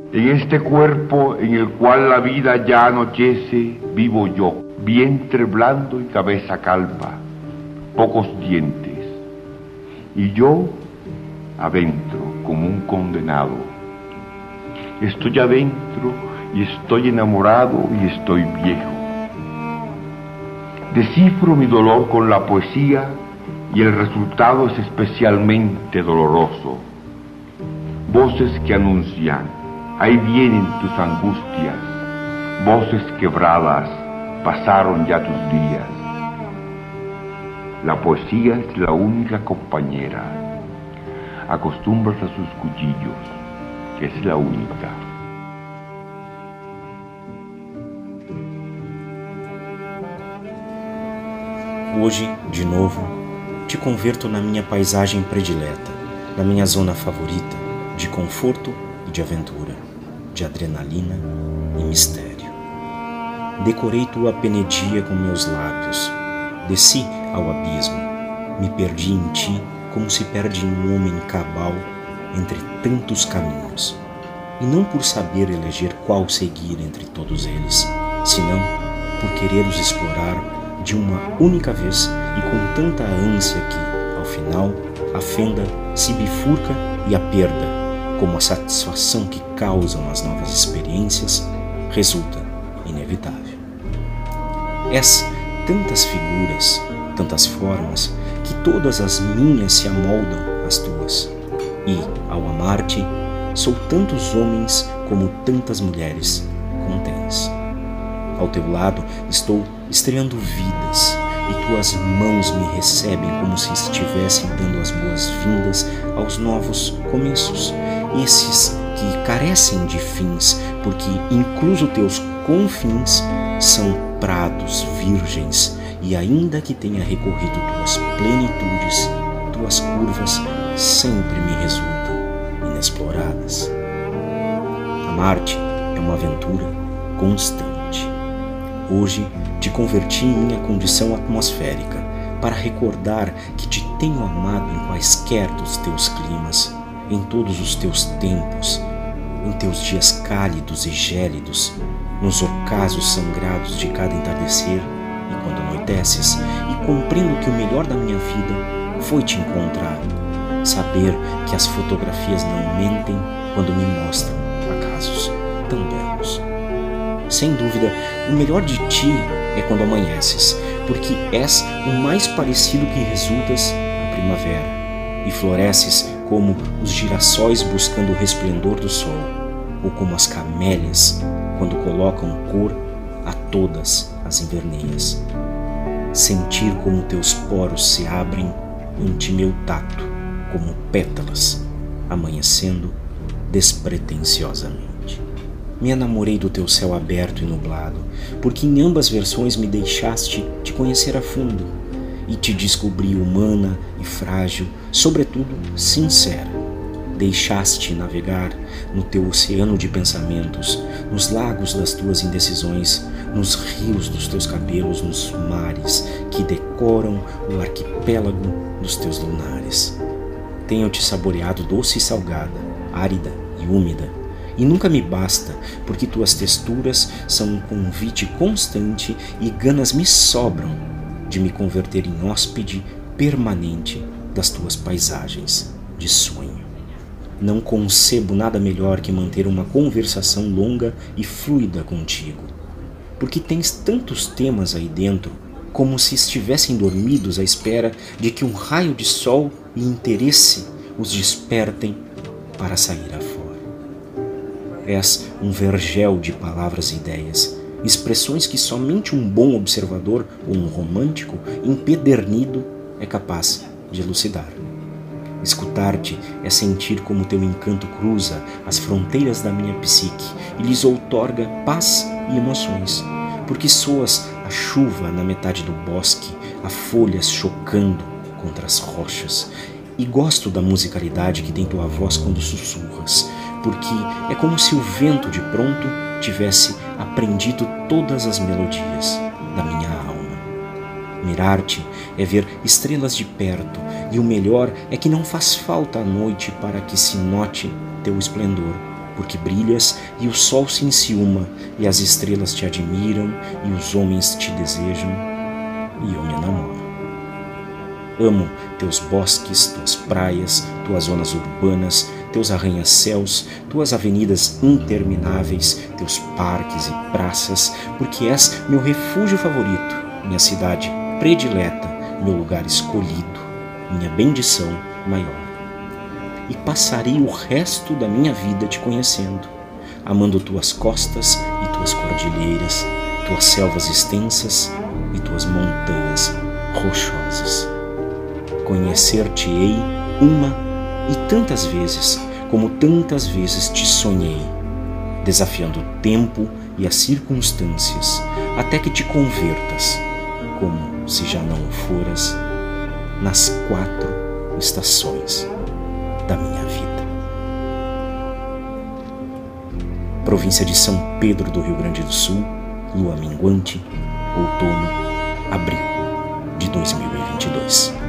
En este cuerpo en el cual la vida ya anochece, vivo yo, vientre blando y cabeza calva, pocos dientes, y yo adentro como un condenado. Estoy adentro y estoy enamorado y estoy viejo. Descifro mi dolor con la poesía y el resultado es especialmente doloroso. Voces que anuncian, ahí vienen tus angustias, voces quebradas, pasaron ya tus días. La poesía es la única compañera. Acostumbras a sus cuchillos, que es la única. Hoje, de novo, te converto na minha paisagem predileta, na minha zona favorita, de conforto e de aventura, de adrenalina e mistério. Decorei tua penedia com meus lábios, desci ao abismo, me perdi em ti como se perde um homem cabal entre tantos caminhos, e não por saber eleger qual seguir entre todos eles, senão por querer os explorar de uma única vez e com tanta ânsia que, ao final, a fenda se bifurca e a perda, como a satisfação que causam as novas experiências, resulta inevitável. És tantas figuras, tantas formas, que todas as minhas se amoldam às tuas. E, ao amar-te, sou tantos homens como tantas mulheres contens. Ao teu lado estou estreando vidas, e tuas mãos me recebem como se estivessem dando as boas-vindas aos novos começos, esses que carecem de fins, porque incluso teus confins são prados virgens, e ainda que tenha recorrido tuas plenitudes, tuas curvas sempre me resultam inexploradas. Amar-te é uma aventura constante. Hoje te converti em minha condição atmosférica para recordar que te tenho amado em quaisquer dos teus climas, em todos os teus tempos, em teus dias cálidos e gélidos, nos ocasos sangrados de cada entardecer e quando anoiteces, e compreendo que o melhor da minha vida foi te encontrar, saber que as fotografias não mentem quando me mostram acasos tão belos. Sem dúvida, o melhor de ti é quando amanheces, porque és o mais parecido que resultas à primavera, e floresces como os girassóis buscando o resplendor do sol, ou como as camélias quando colocam cor a todas as inverneias. Sentir como teus poros se abrem ante meu tato, como pétalas, amanhecendo despretensiosamente. Me enamorei do teu céu aberto e nublado, porque em ambas versões me deixaste te conhecer a fundo, e te descobri humana e frágil, sobretudo sincera. Deixaste navegar no teu oceano de pensamentos, nos lagos das tuas indecisões, nos rios dos teus cabelos, nos mares que decoram o arquipélago dos teus lunares. Tenho-te saboreado doce e salgada, árida e úmida, e nunca me basta, porque tuas texturas são um convite constante e ganas me sobram de me converter em hóspede permanente das tuas paisagens de sonho. Não concebo nada melhor que manter uma conversação longa e fluida contigo, porque tens tantos temas aí dentro, como se estivessem dormidos à espera de que um raio de sol e interesse os despertem para sair afora. És um vergel de palavras e ideias, expressões que somente um bom observador ou um romântico empedernido é capaz de elucidar. Escutar-te é sentir como teu encanto cruza as fronteiras da minha psique e lhes outorga paz e emoções, porque soas a chuva na metade do bosque, a folhas chocando contra as rochas, e gosto da musicalidade que tem tua voz quando sussurras, porque é como se o vento de pronto tivesse aprendido todas as melodias da minha alma. Mirar-te é ver estrelas de perto, e o melhor é que não faz falta a noite para que se note teu esplendor, porque brilhas e o sol se enciuma, e as estrelas te admiram, e os homens te desejam, e eu me enamoro. Amo teus bosques, tuas praias, tuas zonas urbanas, teus arranha-céus, tuas avenidas intermináveis, teus parques e praças, porque és meu refúgio favorito, minha cidade predileta, meu lugar escolhido, minha bendição maior. E passarei o resto da minha vida te conhecendo, amando tuas costas e tuas cordilheiras, tuas selvas extensas e tuas montanhas rochosas. Conhecer-te-ei uma e tantas vezes, como tantas vezes te sonhei, desafiando o tempo e as circunstâncias, até que te convertas, como se já não o foras, nas 4 estações da minha vida. Província de São Pedro do Rio Grande do Sul, lua minguante, outono, abril de 2022.